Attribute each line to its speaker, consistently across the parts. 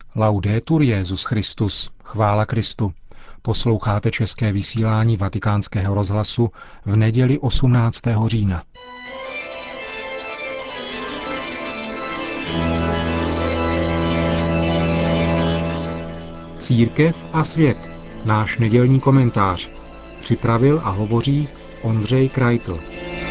Speaker 1: Laudetur Jesus Christus, chvála Kristu. Posloucháte české vysílání Vatikánského rozhlasu v neděli 18. října. Církev a svět. Náš nedělní komentář. Připravil a hovoří Ondřej Krajtl.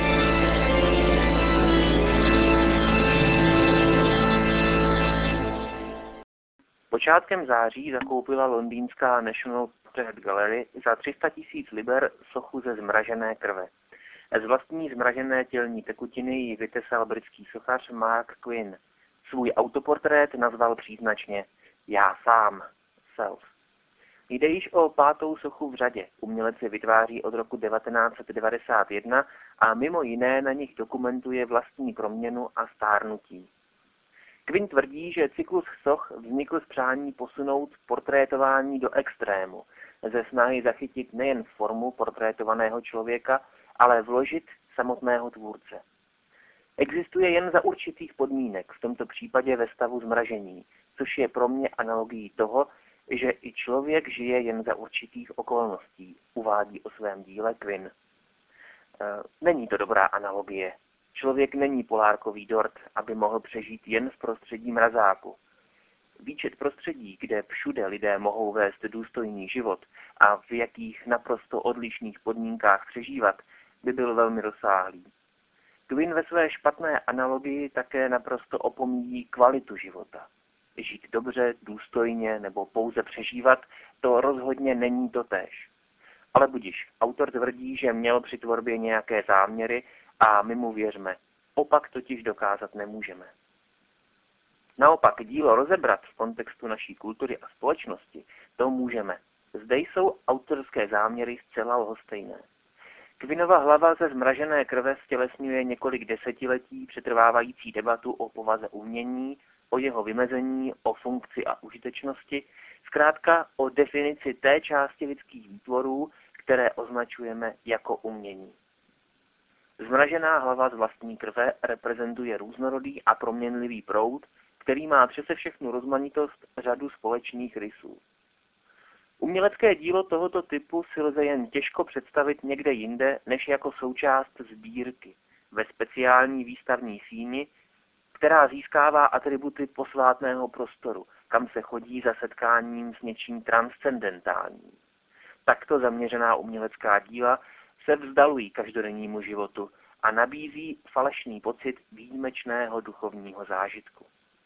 Speaker 2: Počátkem září zakoupila londýnská National Portrait Gallery za 300 000 liber sochu ze zmražené krve. Z vlastní zmražené tělní tekutiny ji vytesal britský sochař Mark Quinn. Svůj autoportrét nazval příznačně Já sám, self. Jde již o 5. sochu v řadě. Umělec je vytváří od roku 1991 a mimo jiné na nich dokumentuje vlastní proměnu a stárnutí. Quinn tvrdí, že cyklus soch vznikl z přání posunout portrétování do extrému, ze snahy zachytit nejen formu portrétovaného člověka, ale vložit samotného tvůrce. Existuje jen za určitých podmínek, v tomto případě ve stavu zmražení, což je pro mě analogií toho, že i člověk žije jen za určitých okolností, uvádí o svém díle Quinn. Není to dobrá analogie. Člověk není polárkový dort, aby mohl přežít jen v prostředí mrazáku. Výčet prostředí, kde všude lidé mohou vést důstojný život a v jakých naprosto odlišných podmínkách přežívat, by byl velmi rozsáhlý. Quinn ve své špatné analogii také naprosto opomíjí kvalitu života. Žít dobře, důstojně nebo pouze přežívat, to rozhodně není totéž. Ale budiš, autor tvrdí, že měl při tvorbě nějaké záměry a my mu věřme. Opak totiž dokázat nemůžeme. Naopak dílo rozebrat v kontextu naší kultury a společnosti, to můžeme. Zde jsou autorské záměry zcela lhostejné. Quinnova hlava ze zmražené krve stělesňuje několik desetiletí přetrvávající debatu o povaze umění, o jeho vymezení, o funkci a užitečnosti, zkrátka o definici té části lidských výtvorů, které označujeme jako umění. Zmražená hlava z vlastní krve reprezentuje různorodý a proměnlivý proud, který má přese všechnu rozmanitost řadu společných rysů. Umělecké dílo tohoto typu si lze jen těžko představit někde jinde, než jako součást sbírky, ve speciální výstavní síni, která získává atributy posvátného prostoru, kam se chodí za setkáním s něčím transcendentálním. Takto zaměřená umělecká díla se vzdalují každodennímu životu a nabízí falešný pocit výjimečného duchovního zážitku.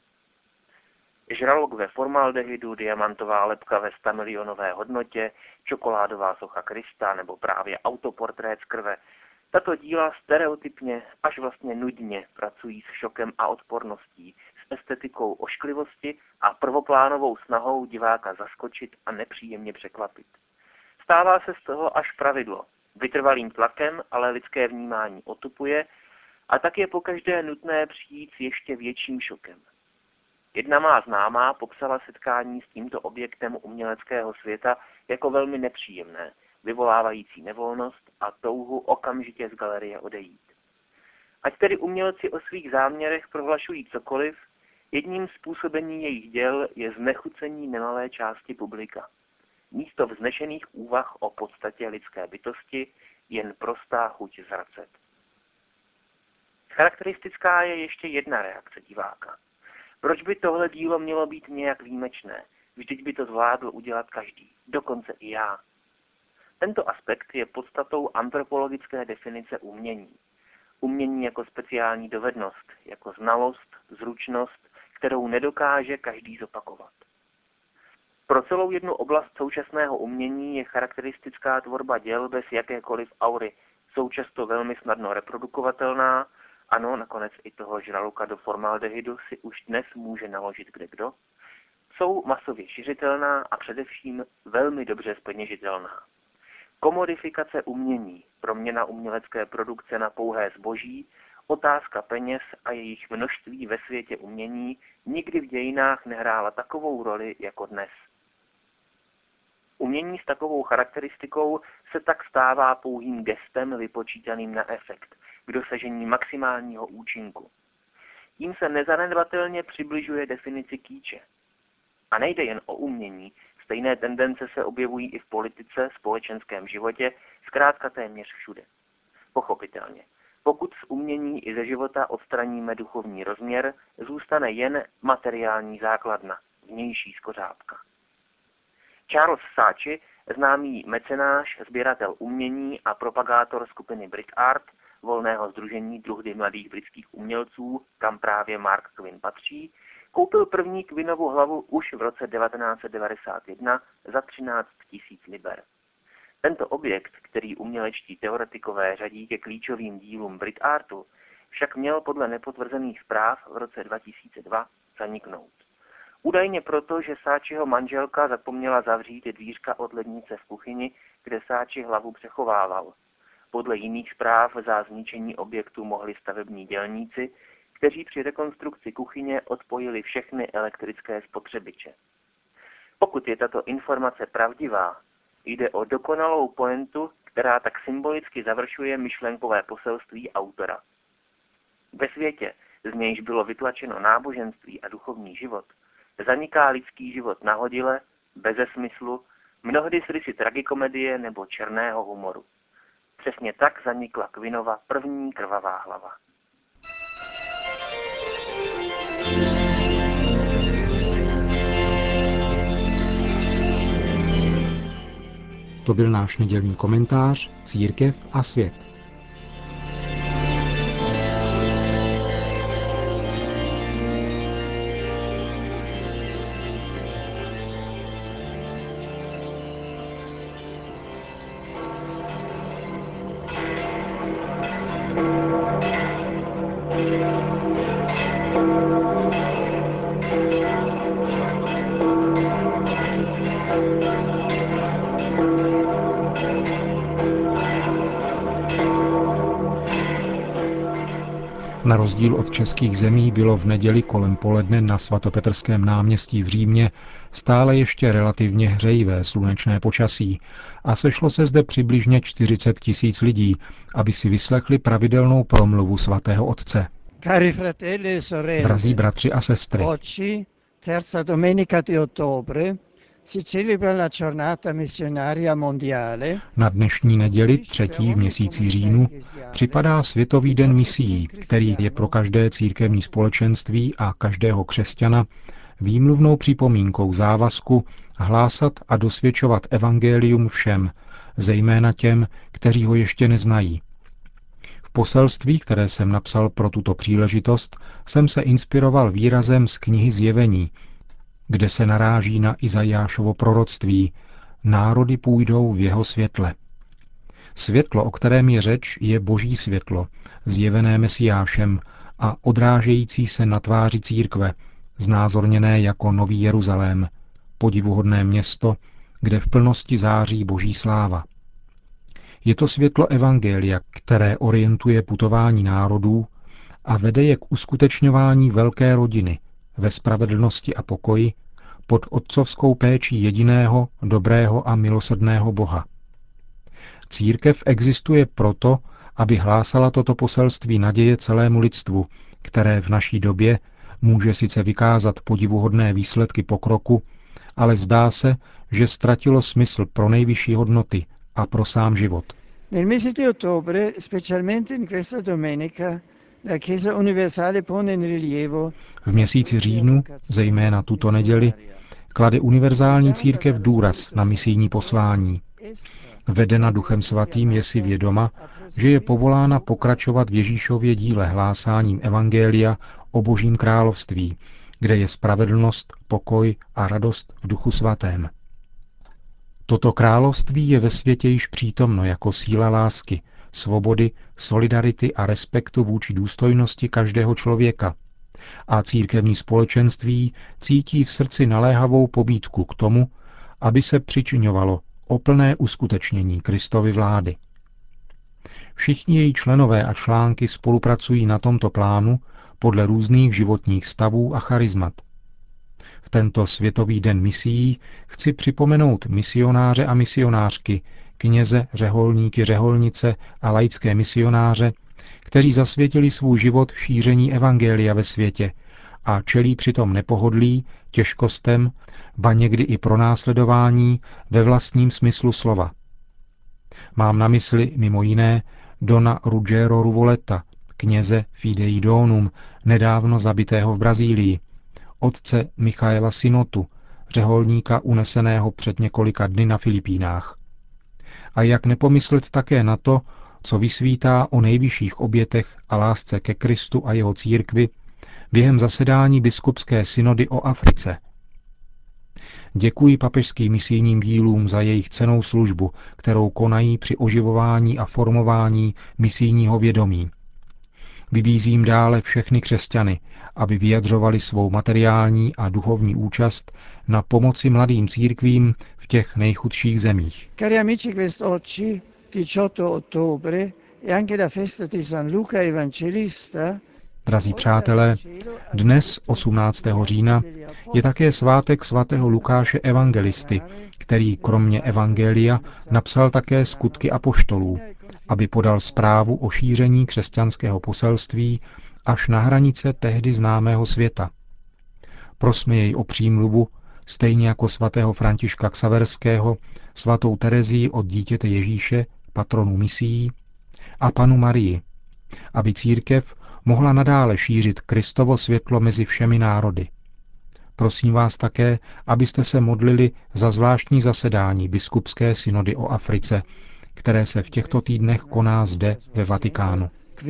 Speaker 2: Žralok ve formaldehydu, diamantová lebka ve 100 milionové hodnotě, čokoládová socha Krista nebo právě autoportrét z krve. Tato díla stereotypně až vlastně nudně pracují s šokem a odporností, s estetikou ošklivosti a prvoplánovou snahou diváka zaskočit a nepříjemně překvapit. Stává se z toho až pravidlo. Vytrvalým tlakem ale lidské vnímání otupuje a tak je pokaždé nutné přijít s ještě větším šokem. Jedna má známá popsala setkání s tímto objektem uměleckého světa jako velmi nepříjemné, vyvolávající nevolnost a touhu okamžitě z galerie odejít. Ať tedy umělci o svých záměrech prohlašují cokoliv, jedním způsobení jejich děl je znechucení nemalé části publika. Místo vznešených úvah o podstatě lidské bytosti jen prostá chuť zracet. Charakteristická je ještě jedna reakce diváka. Proč by tohle dílo mělo být nějak výjimečné? Vždyť by to zvládl udělat každý, dokonce i já. Tento aspekt je podstatou antropologické definice umění. Umění jako speciální dovednost, jako znalost, zručnost, kterou nedokáže každý zopakovat. Pro celou jednu oblast současného umění je charakteristická tvorba děl bez jakékoliv aury, jsou často velmi snadno reprodukovatelná, ano, nakonec i toho žraloka do formaldehydu si už dnes může naložit kdekdo, jsou masově šiřitelná a především velmi dobře zpeněžitelná. Komodifikace umění, proměna umělecké produkce na pouhé zboží, otázka peněz a jejich množství ve světě umění nikdy v dějinách nehrála takovou roli jako dnes. Umění s takovou charakteristikou se tak stává pouhým gestem vypočítaným na efekt, k dosažení maximálního účinku. Tím se nezanedbatelně přibližuje definici kýče. A nejde jen o umění, stejné tendence se objevují i v politice, společenském životě, zkrátka téměř všude. Pochopitelně, pokud z umění i ze života odstraníme duchovní rozměr, zůstane jen materiální základna, vnější skořápka. Charles Saatchi, známý mecenáš, sběratel umění a propagátor skupiny Brit Art, volného sdružení Druhy mladých britských umělců, kam právě Mark Quinn patří, koupil první Quinnovu hlavu už v roce 1991 za 13 000 liber. Tento objekt, který umělečtí teoretikové řadí ke klíčovým dílům Brit Artu, však měl podle nepotvrzených zpráv v roce 2002 zaniknout. Údajně proto, že Saatchiho manželka zapomněla zavřít dvířka od lednice v kuchyni, kde Saatchi hlavu přechovával. Podle jiných zpráv za zničení objektu mohli stavební dělníci, kteří při rekonstrukci kuchyně odpojili všechny elektrické spotřebiče. Pokud je tato informace pravdivá, jde o dokonalou pointu, která tak symbolicky završuje myšlenkové poselství autora. Ve světě, z nějž bylo vytlačeno náboženství a duchovní život, zaniká lidský život nahodile, beze smyslu, mnohdy s rysy tragikomedie nebo černého humoru. Přesně tak zanikla Quinnova první krvavá hlava.
Speaker 1: To byl náš nedělní komentář Církev a svět. Na rozdíl od českých zemí bylo v neděli kolem poledne na svatopetrském náměstí v Římě stále ještě relativně hřejivé slunečné počasí a sešlo se zde přibližně 40 000 lidí, aby si vyslechli pravidelnou promluvu svatého otce.
Speaker 3: Cari fratelli e sorelle,
Speaker 1: Drazí bratři a sestry,
Speaker 3: oggi, terza domenica di ottobre, si celebra la giornata missionaria mondiale.
Speaker 1: na dnešní neděli 3. v měsíci říjnu připadá Světový den misií, který je pro každé církevní společenství a každého křesťana výmluvnou připomínkou závazku hlásat a dosvědčovat evangelium všem, zejména těm, kteří ho ještě neznají. V poselství, které jsem napsal pro tuto příležitost, jsem se inspiroval výrazem z knihy Zjevení, kde se naráží na Izajášovo proroctví: národy půjdou v jeho světle. Světlo, o kterém je řeč, je boží světlo, zjevené Mesiášem a odrážející se na tváři církve, znázorněné jako Nový Jeruzalém, podivuhodné město, kde v plnosti září boží sláva. Je to světlo evangelia, které orientuje putování národů a vede je k uskutečňování velké rodiny ve spravedlnosti a pokoji pod otcovskou péčí jediného, dobrého a milosrdného Boha. Církev existuje proto, aby hlásala toto poselství naděje celému lidstvu, které v naší době může sice vykázat podivuhodné výsledky pokroku, ale zdá se, že ztratilo smysl pro nejvyšší hodnoty a pro sám život.
Speaker 3: Nel mese di ottobre, specialmente in questa domenica, la Chiesa universale pone in rilievo
Speaker 1: V měsíci říjnu, zejména tuto neděli, klade univerzální církev důraz na misijní poslání. Vedena Duchem Svatým je si vědoma, že je povolána pokračovat v Ježíšově díle hlásáním evangelia o Božím království, kde je spravedlnost, pokoj a radost v Duchu Svatém. Toto království je ve světě již přítomno jako síla lásky, svobody, solidarity a respektu vůči důstojnosti každého člověka. A církevní společenství cítí v srdci naléhavou pobídku k tomu, aby se přičiňovalo o plné uskutečnění Kristovy vlády. Všichni její členové a články spolupracují na tomto plánu podle různých životních stavů a charizmat. V tento Světový den misií chci připomenout misionáře a misionářky, kněze, řeholníky, řeholnice a laické misionáře, kteří zasvětili svůj život šíření evangelia ve světě a čelí přitom nepohodlí, těžkostem, ba někdy i pronásledování ve vlastním smyslu slova. Mám na mysli mimo jiné dona Ruggero Ruvoleta, kněze Fidei Donum, nedávno zabitého v Brazílii, otce Michaela Sinotu, řeholníka uneseného před několika dny na Filipínách. A jak nepomyslet také na to, co vysvítá o nejvyšších obětech a lásce ke Kristu a jeho církvi během zasedání biskupské synody o Africe. Děkuji papežským misijním dílům za jejich cennou službu, kterou konají při oživování a formování misijního vědomí. Vybízím dále všechny křesťany, aby vyjadřovali svou materiální a duchovní účast na pomoci mladým církvím v těch nejchudších zemích.
Speaker 3: Cari amici, quest'oggi, 18 ottobre, è anche la festa di San Luca Evangelista.
Speaker 1: Drazí přátelé, dnes, 18. října, je také svátek svatého Lukáše Evangelisty, který kromě Evangelia napsal také Skutky apoštolů, aby podal zprávu o šíření křesťanského poselství až na hranice tehdy známého světa. Prosme jej o přímluvu, stejně jako svatého Františka Xaverského, svatou Terezii od dítěte Ježíše, patronu misií, a Panu Marii, aby církev mohla nadále šířit Kristovo světlo mezi všemi národy. Prosím vás také, abyste se modlili za zvláštní zasedání biskupské synody o Africe, které se v těchto týdnech koná zde ve Vatikánu.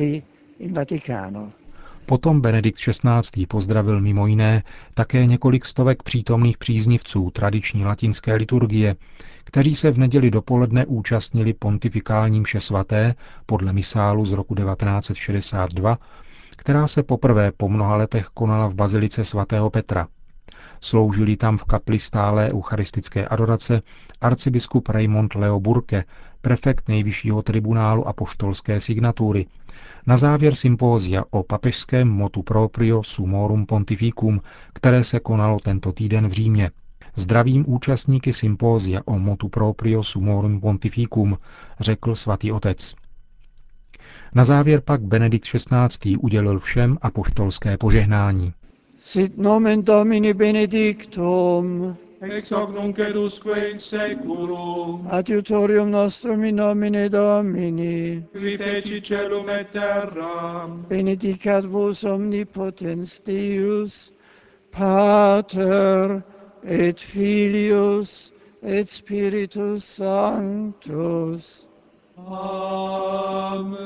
Speaker 1: Potom Benedikt XVI. Pozdravil mimo jiné také několik stovek přítomných příznivců tradiční latinské liturgie, kteří se v neděli dopoledne účastnili pontifikální mše svaté podle misálu z roku 1962, která se poprvé po mnoha letech konala v bazilice svatého Petra. Sloužili tam v kapli stálé eucharistické adorace arcibiskup Raymond Leo Burke, prefekt nejvyššího tribunálu apoštolské signatury, na závěr sympózia o papežském motu proprio Sumorum Pontificum, které se konalo tento týden v Římě. Zdravím účastníky sympózia o motu proprio Sumorum Pontificum, řekl svatý otec. Na závěr pak Benedikt XVI. Udělil všem apoštolské požehnání.
Speaker 3: Sit nomen Domini benedictum,
Speaker 4: ex hoc nunc et usque in seculum,
Speaker 3: adiutorium nostrum in nomine Domini,
Speaker 4: qui feci celum et terram,
Speaker 3: benedicat vos omnipotens Deus, Pater et Filius et Spiritus Sanctus.
Speaker 4: Amen.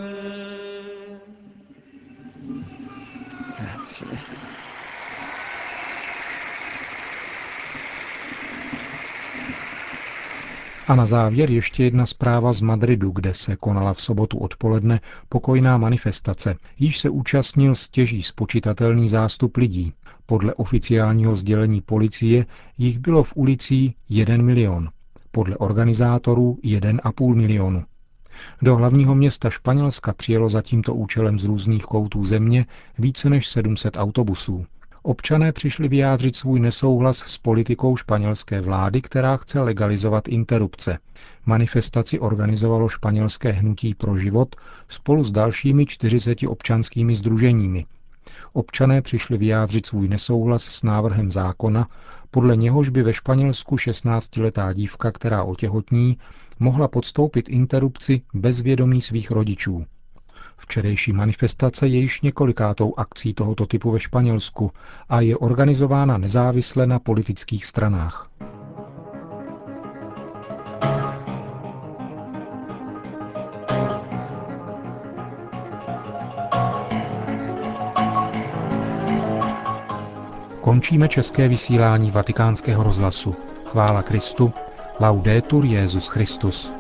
Speaker 3: Grazie.
Speaker 1: A na závěr ještě jedna zpráva z Madridu, kde se konala v sobotu odpoledne pokojná manifestace, jíž se účastnil stěží spočitatelný zástup lidí. Podle oficiálního sdělení policie jich bylo v ulicích 1 milion, podle organizátorů 1,5 milionu. Do hlavního města Španělska přijelo za tímto účelem z různých koutů země více než 700 autobusů. Občané přišli vyjádřit svůj nesouhlas s politikou španělské vlády, která chce legalizovat interrupce. Manifestaci organizovalo španělské hnutí pro život spolu s dalšími 40 občanskými sdruženími. Občané přišli vyjádřit svůj nesouhlas s návrhem zákona, podle něhož by ve Španělsku 16letá dívka, která otěhotní, mohla podstoupit interrupci bez vědomí svých rodičů. Včerejší manifestace je již několikátou akcí tohoto typu ve Španělsku a je organizována nezávisle na politických stranách. Končíme české vysílání Vatikánského rozhlasu. Chvála Kristu. Laudetur Jesus Christus.